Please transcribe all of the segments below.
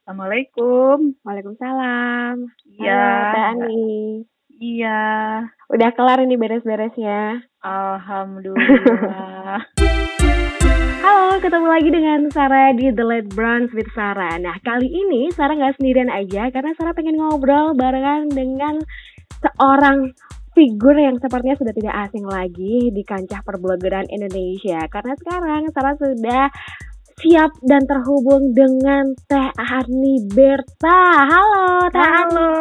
Assalamualaikum. Waalaikumsalam. Iya, Halo Teh Mbak. Ani. Iya, Udah kelar ini beres-beresnya. alhamdulillah. Halo, ketemu lagi dengan Sarah di The Late Brunch with Sarah. Nah, kali ini Sarah nggak sendirian aja karena Sarah pengen ngobrol barengan dengan seorang figur yang sepertinya sudah tidak asing lagi di kancah perblogeran Indonesia. Karena sekarang Sarah sudah siap dan terhubung dengan Teh Ani Berta. Halo Teh Ani. Halo,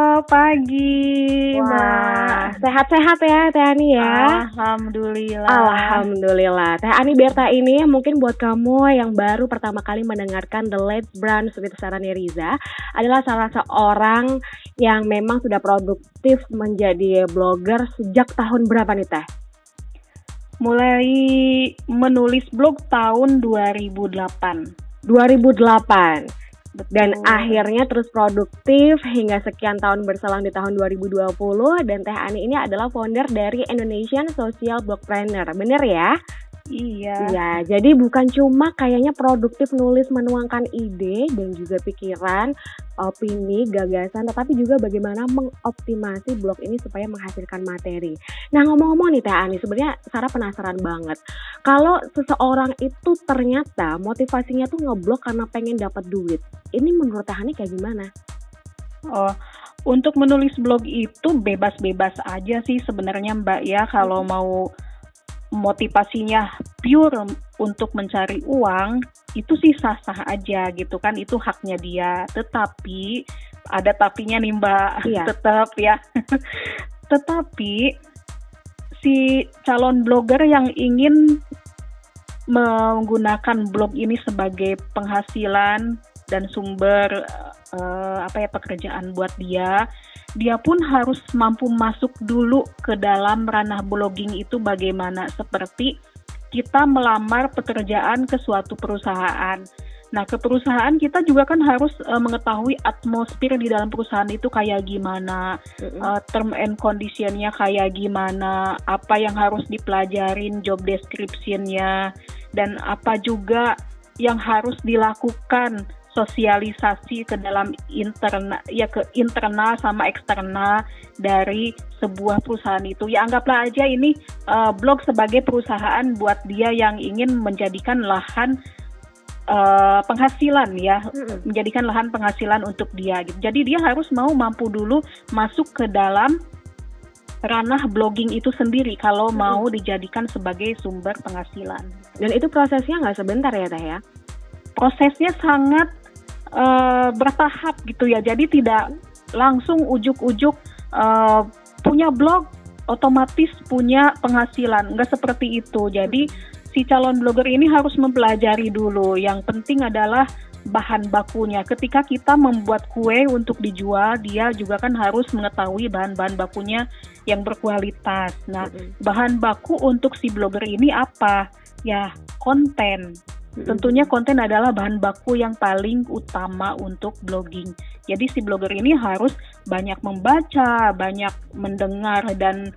pagi, Wah, Mbak. sehat-sehat ya Teh Ani ya. Alhamdulillah. Alhamdulillah. Teh Ani Berta ini mungkin buat kamu yang baru pertama kali mendengarkan The Late Brunch with Sarah Neriza adalah salah seorang yang memang sudah produktif menjadi blogger sejak tahun berapa nih Teh? Mulai menulis blog tahun 2008. 2008. Dan Betul. akhirnya terus produktif hingga sekian tahun berselang di tahun 2020. Dan Teh Ani ini adalah founder dari Indonesian Social Blogpreneur. Bener ya? Iya. Ya, jadi bukan cuma kayaknya produktif nulis menuangkan ide dan juga pikiran, opini, gagasan, tetapi juga bagaimana mengoptimasi blog ini supaya menghasilkan materi. Nah, ngomong-ngomong nih Teh Ani, sebenarnya Sarah penasaran banget. Kalau seseorang itu ternyata motivasinya tuh ngeblog karena pengen dapat duit, ini menurut Teh Ani kayak gimana? Oh, untuk menulis blog itu bebas-bebas aja sih sebenarnya Mbak ya, kalau mau motivasinya pure untuk mencari uang itu sih sah-sah aja gitu kan, itu haknya dia. Tetapi ada tapinya nih Mbak. Iya. Tetap ya. Tetapi si calon blogger yang ingin menggunakan blog ini sebagai penghasilan dan sumber pekerjaan buat dia pun harus mampu masuk dulu ke dalam ranah blogging itu bagaimana, seperti kita melamar pekerjaan ke suatu perusahaan. Nah, ke perusahaan kita juga kan harus mengetahui atmosfer di dalam perusahaan itu kayak gimana, term and condition-nya kayak gimana, apa yang harus dipelajarin, job description-nya, dan apa juga yang harus dilakukan sosialisasi ke dalam internal sama eksternal dari sebuah perusahaan itu. Ya anggaplah aja ini blog sebagai perusahaan buat dia yang ingin menjadikan lahan penghasilan ya, menjadikan lahan penghasilan untuk dia gitu. Jadi dia harus mampu dulu masuk ke dalam ranah blogging itu sendiri kalau mau dijadikan sebagai sumber penghasilan. Dan itu prosesnya nggak sebentar ya Teh ya? Prosesnya sangat bertahap gitu ya, jadi tidak langsung ujuk-ujuk punya blog otomatis punya penghasilan, nggak seperti itu. Jadi si calon blogger ini harus mempelajari dulu. Yang penting adalah bahan bakunya. Ketika kita membuat kue untuk dijual, dia juga kan harus mengetahui bahan-bahan bakunya yang berkualitas. Nah, bahan baku untuk si blogger ini apa? Ya, konten. Tentunya konten adalah bahan baku yang paling utama untuk blogging. Jadi si blogger ini harus banyak membaca, banyak mendengar dan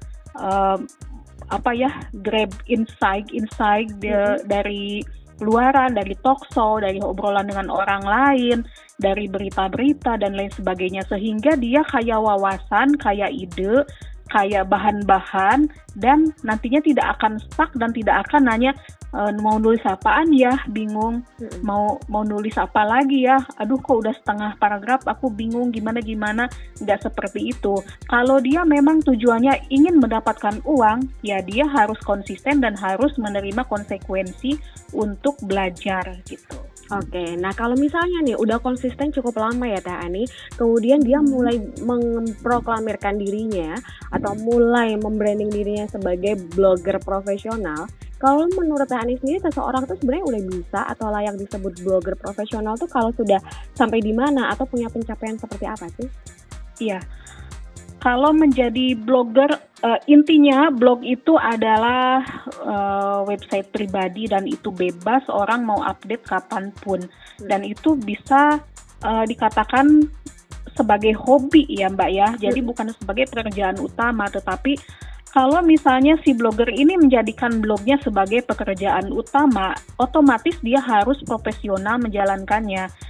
grab insight dari luaran, dari talk show, dari obrolan dengan orang lain, dari berita-berita dan lain sebagainya, sehingga dia kaya wawasan, kaya ide, kayak bahan-bahan, dan nantinya tidak akan stuck dan tidak akan nanya mau nulis apaan ya, bingung, mau nulis apa lagi ya, aduh kok udah setengah paragraf aku bingung gimana, nggak seperti itu. Kalau dia memang tujuannya ingin mendapatkan uang, ya dia harus konsisten dan harus menerima konsekuensi untuk belajar gitu. Oke, nah kalau misalnya nih udah konsisten cukup lama ya Teh Ani, kemudian dia mulai memproklamirkan dirinya atau mulai membranding dirinya sebagai blogger profesional. Kalau menurut Teh Ani sendiri, seseorang tuh sebenarnya udah bisa atau layak disebut blogger profesional tuh kalau sudah sampai di mana atau punya pencapaian seperti apa sih? Iya. Kalau menjadi blogger, intinya blog itu adalah website pribadi dan itu bebas, orang mau update kapanpun. Dan itu bisa dikatakan sebagai hobi ya Mbak ya, jadi bukan sebagai pekerjaan utama. Tetapi kalau misalnya si blogger ini menjadikan blognya sebagai pekerjaan utama, otomatis dia harus profesional menjalankannya.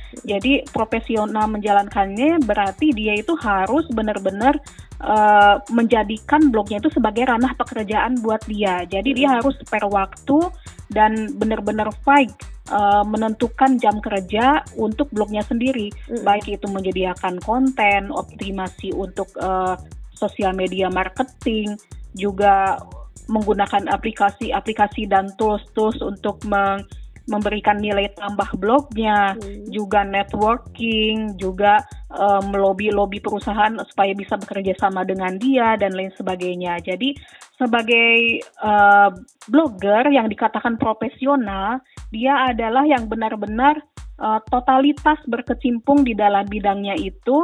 Jadi profesional menjalankannya berarti dia itu harus benar-benar menjadikan blognya itu sebagai ranah pekerjaan buat dia. Jadi dia harus per waktu dan benar-benar fight menentukan jam kerja untuk blognya sendiri. Baik itu menyediakan konten, optimasi untuk sosial media marketing, juga menggunakan aplikasi-aplikasi dan tools-tools untuk memberikan nilai tambah blognya, juga networking, juga melobi perusahaan supaya bisa bekerja sama dengan dia dan lain sebagainya. Jadi sebagai blogger yang dikatakan profesional, dia adalah yang benar-benar totalitas berkecimpung di dalam bidangnya itu.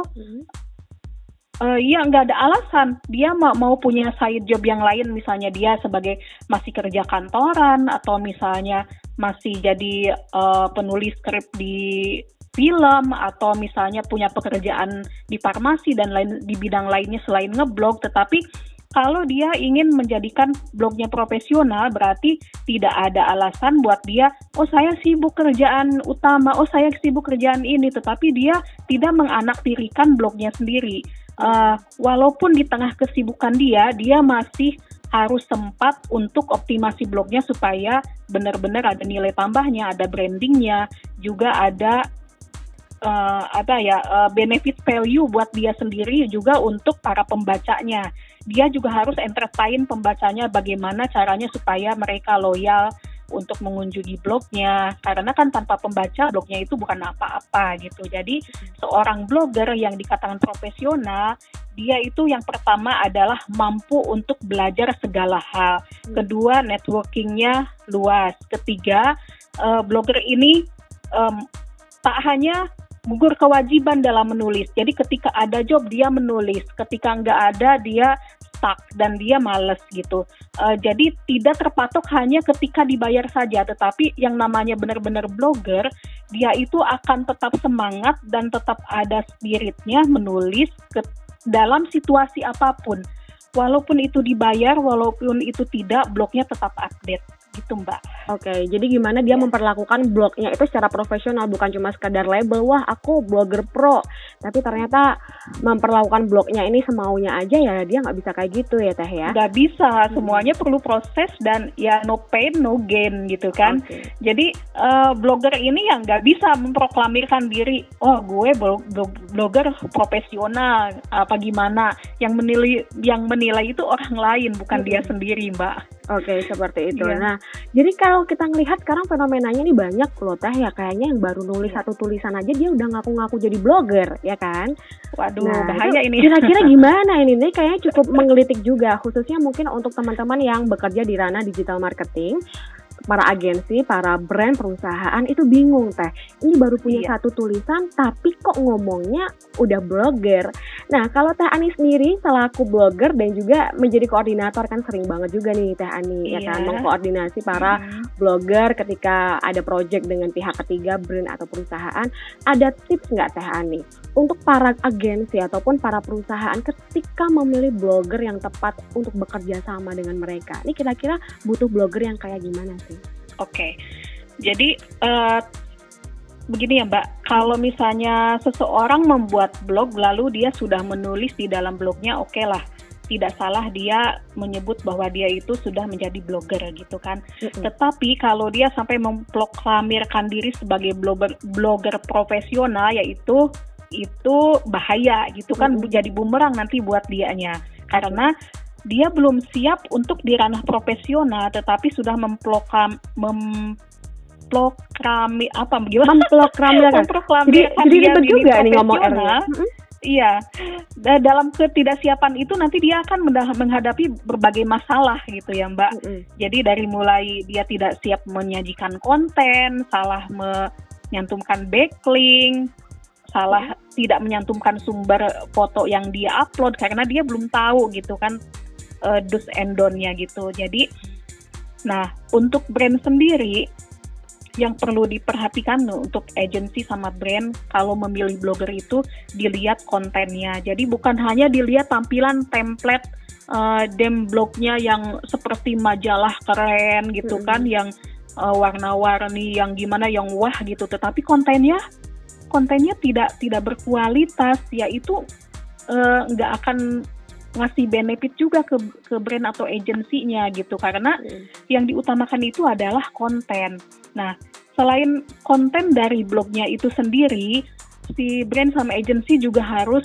Ya nggak ada alasan dia mau punya side job yang lain, misalnya dia sebagai masih kerja kantoran atau misalnya masih jadi penulis skrip di film atau misalnya punya pekerjaan di farmasi dan lain di bidang lainnya selain ngeblog. Tetapi kalau dia ingin menjadikan blognya profesional, berarti tidak ada alasan buat dia, oh saya sibuk kerjaan utama, oh saya sibuk kerjaan ini, tetapi dia tidak menganaktirikan blognya sendiri. Walaupun di tengah kesibukan dia masih harus sempat untuk optimasi blognya supaya benar-benar ada nilai tambahnya, ada brandingnya, juga ada benefit value buat dia sendiri, juga untuk para pembacanya. Dia juga harus entertain pembacanya bagaimana caranya supaya mereka loyal untuk mengunjungi blognya, karena kan tanpa pembaca blognya itu bukan apa-apa gitu. Jadi seorang blogger yang dikatakan profesional, dia itu yang pertama adalah mampu untuk belajar segala hal. Kedua, networkingnya luas. Ketiga, blogger ini tak hanya gugur kewajiban dalam menulis. Jadi ketika ada job dia menulis, ketika nggak ada dia stuck dan dia males gitu. Jadi tidak terpatok hanya ketika dibayar saja, tetapi yang namanya benar-benar blogger, dia itu akan tetap semangat dan tetap ada spiritnya menulis dalam situasi apapun. Walaupun itu dibayar, walaupun itu tidak, blognya tetap update. Gitu Mbak. Oke, jadi gimana dia memperlakukan blognya itu secara profesional, bukan cuma sekadar label, wah aku blogger pro, tapi ternyata memperlakukan blognya ini semaunya aja, ya dia nggak bisa kayak gitu ya Teh ya? Nggak bisa, semuanya perlu proses dan ya no pain no gain gitu kan. Jadi blogger ini yang nggak bisa memproklamirkan diri, oh gue blogger profesional apa gimana, yang menilai itu orang lain bukan dia sendiri Mbak. Oke, seperti itu. Nah, jadi kalau kita ngelihat sekarang fenomenanya ini banyak loh Teh ya, kayaknya yang baru nulis satu tulisan aja dia udah ngaku-ngaku jadi blogger, ya kan? Waduh, bahaya ini. Kira-kira gimana ini? Ini kayaknya cukup menggelitik juga, khususnya mungkin untuk teman-teman yang bekerja di ranah digital marketing. Para agensi, para brand, perusahaan itu bingung Teh. Ini baru punya satu tulisan tapi kok ngomongnya udah blogger. Nah, kalau Teh Ani sendiri selaku blogger dan juga menjadi koordinator, kan sering banget juga nih Teh Ani ya kan, mengkoordinasi para blogger ketika ada project dengan pihak ketiga, brand atau perusahaan. Ada tips nggak Teh Ani untuk para agensi ataupun para perusahaan ketika memilih blogger yang tepat untuk bekerja sama dengan mereka? Ini kira-kira butuh blogger yang kayak gimana sih? Oke, jadi begini ya Mbak, kalau misalnya seseorang membuat blog lalu dia sudah menulis di dalam blognya, oke lah, tidak salah dia menyebut bahwa dia itu sudah menjadi blogger gitu kan. Tetapi kalau dia sampai memproklamirkan diri sebagai blogger profesional, yaitu itu bahaya gitu kan, jadi bumerang nanti buat dianya, karena dia belum siap untuk di ranah profesional, tetapi sudah memproklamirkan jadi ribet juga nih ngomong R-nya. Iya, dalam ketidaksiapan itu nanti dia akan menghadapi berbagai masalah gitu ya Mbak. Jadi dari mulai dia tidak siap menyajikan konten, salah menyantumkan backlink, salah tidak menyantumkan sumber foto yang dia upload karena dia belum tahu gitu kan do's and don't-nya gitu. Jadi, nah untuk brand sendiri yang perlu diperhatikan untuk agensi sama brand kalau memilih blogger itu dilihat kontennya. Jadi bukan hanya dilihat tampilan template blognya yang seperti majalah keren gitu kan, yang warna-warni, yang gimana, yang wah gitu. Tetapi kontennya kontennya tidak berkualitas, ya itu nggak akan ngasih benefit juga ke brand atau agensinya gitu, karena yang diutamakan itu adalah konten. Nah, selain konten dari blognya itu sendiri, si brand sama agensi juga harus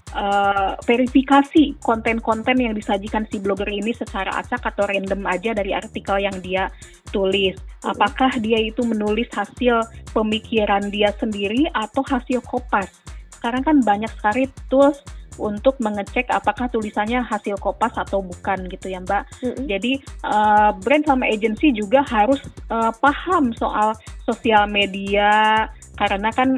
verifikasi konten-konten yang disajikan si blogger ini secara acak atau random aja dari artikel yang dia tulis. Apakah dia itu menulis hasil pemikiran dia sendiri atau hasil kopas. Sekarang kan banyak sekali tools untuk mengecek apakah tulisannya hasil kopas atau bukan gitu ya Mbak. Jadi brand sama agensi juga harus paham soal sosial media, karena kan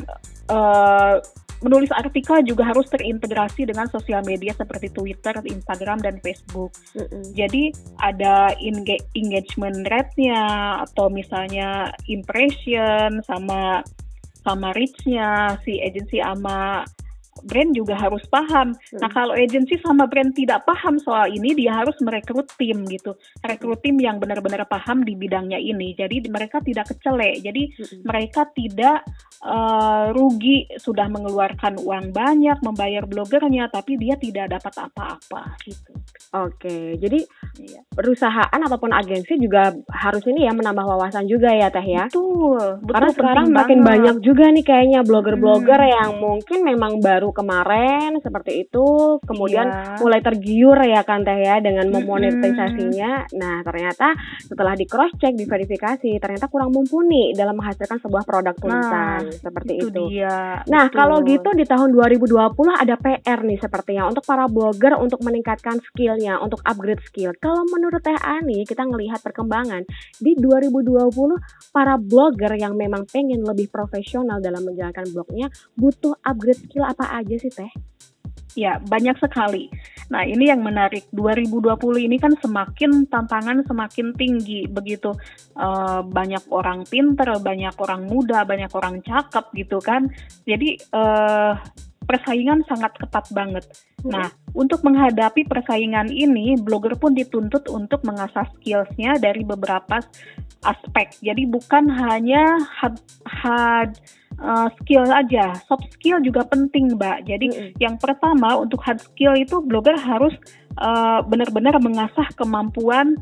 menulis artikel juga harus terintegrasi dengan sosial media seperti Twitter, Instagram, dan Facebook. Jadi ada engagement rate-nya atau misalnya impression sama reach-nya si agensi sama brand juga harus paham. Nah, kalau agensi sama brand tidak paham soal ini, dia harus merekrut tim gitu. Rekrut tim yang benar-benar paham di bidangnya ini. Jadi mereka tidak kecele. Jadi mereka tidak rugi, sudah mengeluarkan uang banyak membayar blogernya, tapi dia tidak dapat apa-apa gitu. Oke, jadi perusahaan ataupun agensi juga harus ini ya menambah wawasan juga ya Teh ya. Betul. Karena sekarang makin banyak juga nih kayaknya blogger-blogger yang mungkin memang baru kemarin seperti itu, kemudian mulai tergiur ya kan Teh ya dengan memonetisasinya. Nah, ternyata setelah di cross check, diverifikasi, ternyata kurang mumpuni dalam menghasilkan sebuah produk tulisan seperti itu. Nah, kalau gitu di tahun 2020 ada PR nih sepertinya untuk para blogger untuk meningkatkan skillnya, untuk upgrade skill. Kalau menurut Teh Ani, kita ngelihat perkembangan di 2020 para blogger yang memang pengen lebih profesional dalam menjalankan blognya butuh upgrade skill apa aja sih Teh? Ya, banyak sekali. Nah, ini yang menarik. 2020 ini kan semakin tantangan semakin tinggi. Begitu banyak orang pinter, banyak orang muda, banyak orang cakep gitu kan. Jadi persaingan sangat ketat banget. Nah, untuk menghadapi persaingan ini, blogger pun dituntut untuk mengasah skills-nya dari beberapa aspek. Jadi bukan hanya hard skill aja, soft skill juga penting Mbak. Jadi yang pertama untuk hard skill itu blogger harus benar-benar mengasah kemampuan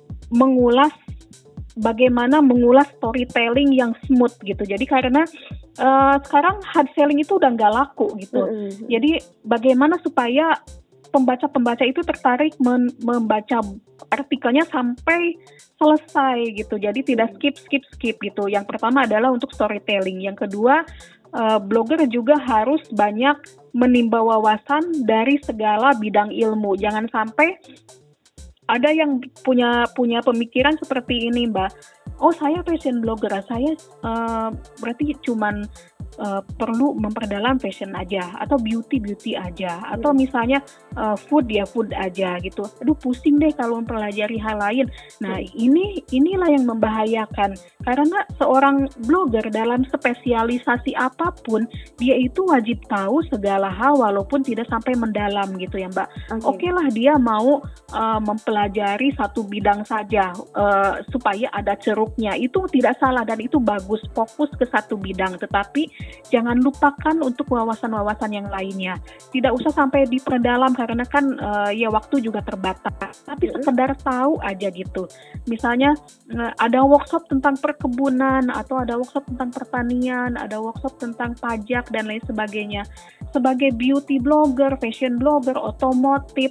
bagaimana mengulas storytelling yang smooth gitu. Jadi karena sekarang hard selling itu udah nggak laku gitu. Jadi bagaimana supaya pembaca-pembaca itu tertarik membaca artikelnya sampai selesai gitu. Jadi tidak skip gitu. Yang pertama adalah untuk storytelling. Yang kedua, blogger juga harus banyak menimba wawasan dari segala bidang ilmu. Jangan sampai ada yang punya pemikiran seperti ini Mbak. Oh, saya fashion blogger, saya berarti cuman perlu memperdalam fashion aja, atau beauty aja, atau misalnya food aja gitu. Aduh, pusing deh kalau mempelajari hal lain. Nah, inilah yang membahayakan, karena seorang blogger dalam spesialisasi apapun, dia itu wajib tahu segala hal walaupun tidak sampai mendalam gitu ya Mbak. Oke lah dia mau mempelajari satu bidang saja supaya ada ceruknya, itu tidak salah dan itu bagus, fokus ke satu bidang, tetapi jangan lupakan untuk wawasan-wawasan yang lainnya. Tidak usah sampai diperdalam karena kan ya waktu juga terbatas. Tapi sekedar tahu aja gitu. Misalnya ada workshop tentang perkebunan atau ada workshop tentang pertanian, ada workshop tentang pajak dan lain sebagainya. Sebagai beauty blogger, fashion blogger, otomotif,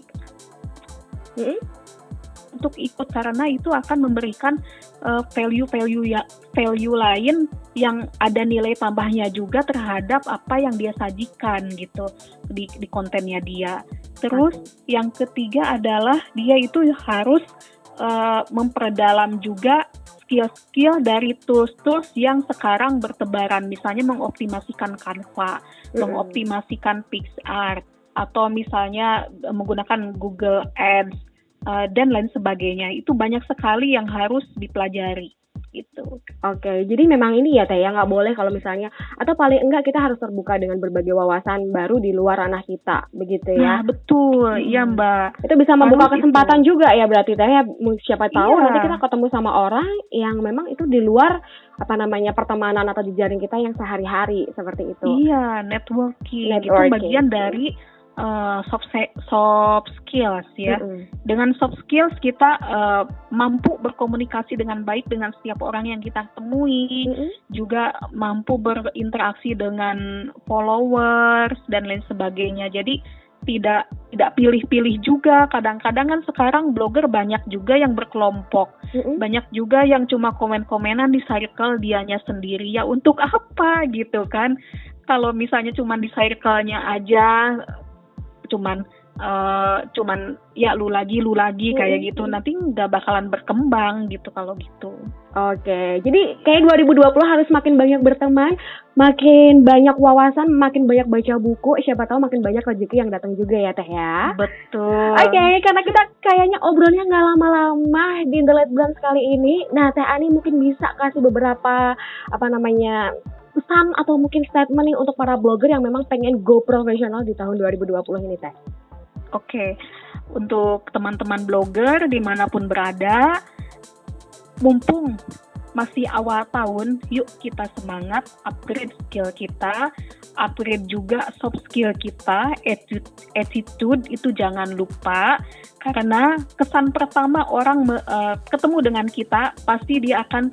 untuk ikut karena itu akan memberikan value lain yang ada nilai tambahnya juga terhadap apa yang dia sajikan gitu di kontennya dia. Terus yang ketiga adalah dia itu harus memperdalam juga skill-skill dari tools-tools yang sekarang bertebaran, misalnya mengoptimasikan Canva, mengoptimasikan PixArt, atau misalnya menggunakan Google Ads dan lain sebagainya. Itu banyak sekali yang harus dipelajari gitu. Oke, jadi memang ini ya Teh ya, nggak boleh kalau misalnya, atau paling enggak kita harus terbuka dengan berbagai wawasan baru di luar ranah kita, begitu ya. Nah, betul. Iya, Mbak. Itu bisa membuka Harus kesempatan itu. juga ya berarti Teh ya. Siapa tahu Iya. nanti kita ketemu sama orang yang memang itu di luar pertemanan atau jejaring kita yang sehari-hari seperti itu. Iya, networking. Itu Networking. bagian dari soft skills ya. Dengan soft skills kita mampu berkomunikasi dengan baik dengan setiap orang yang kita temui, juga mampu berinteraksi dengan followers dan lain sebagainya. Jadi tidak pilih-pilih juga. Kadang-kadang kan sekarang blogger banyak juga yang berkelompok, banyak juga yang cuma komen-komenan di circle dianya sendiri. Ya untuk apa gitu kan? Kalau misalnya cuma di circle-nya aja, cuman ya lu lagi kayak gitu, nanti nggak bakalan berkembang gitu kalau gitu. Oke, jadi kayak 2020 harus makin banyak berteman, makin banyak wawasan, makin banyak baca buku, siapa tahu makin banyak rezeki yang datang juga ya Teh ya. Betul. Oke, karena kita kayaknya obrolnya nggak lama-lama di The Late Brunch kali ini. Nah, Teh Ani mungkin bisa kasih beberapa pesan atau mungkin statement nih untuk para blogger yang memang pengen go profesional di tahun 2020 ini Teh. Oke, untuk teman-teman blogger dimanapun berada, mumpung masih awal tahun, yuk kita semangat, upgrade skill kita, upgrade juga soft skill kita, attitude itu jangan lupa, karena kesan pertama orang ketemu dengan kita, pasti dia akan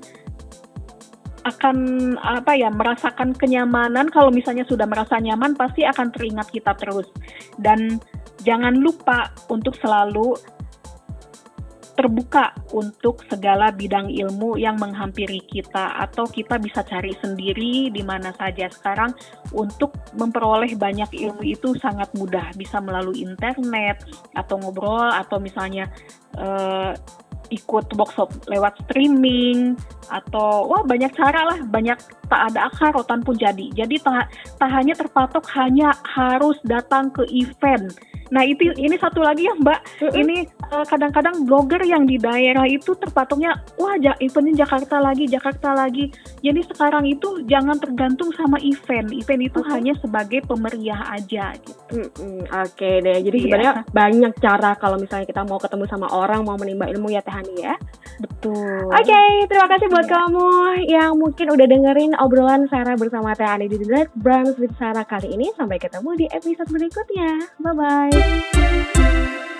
merasakan kenyamanan. Kalau misalnya sudah merasa nyaman, pasti akan teringat kita terus. Dan jangan lupa untuk selalu terbuka untuk segala bidang ilmu yang menghampiri kita, atau kita bisa cari sendiri di mana saja. Sekarang untuk memperoleh banyak ilmu itu sangat mudah, bisa melalui internet atau ngobrol, atau misalnya ikut workshop lewat streaming, atau banyak cara lah, banyak, tak ada akar rotan pun jadi. Jadi tak hanya terpatok hanya harus datang ke event. Nah ini satu lagi ya Mbak, ini kadang-kadang blogger yang di daerah itu terpatoknya, eventnya Jakarta lagi. Jadi sekarang itu jangan tergantung sama event itu hanya sebagai pemeriah aja gitu. Oke deh, jadi sebenarnya banyak cara kalau misalnya kita mau ketemu sama orang, mau menimba ilmu ya Teh Ani ya. Betul. Oke, terima kasih buat kamu yang mungkin udah dengerin obrolan Sarah bersama Teh Ani di The Late Brunch with Sarah kali ini. Sampai ketemu di episode berikutnya. Bye-bye.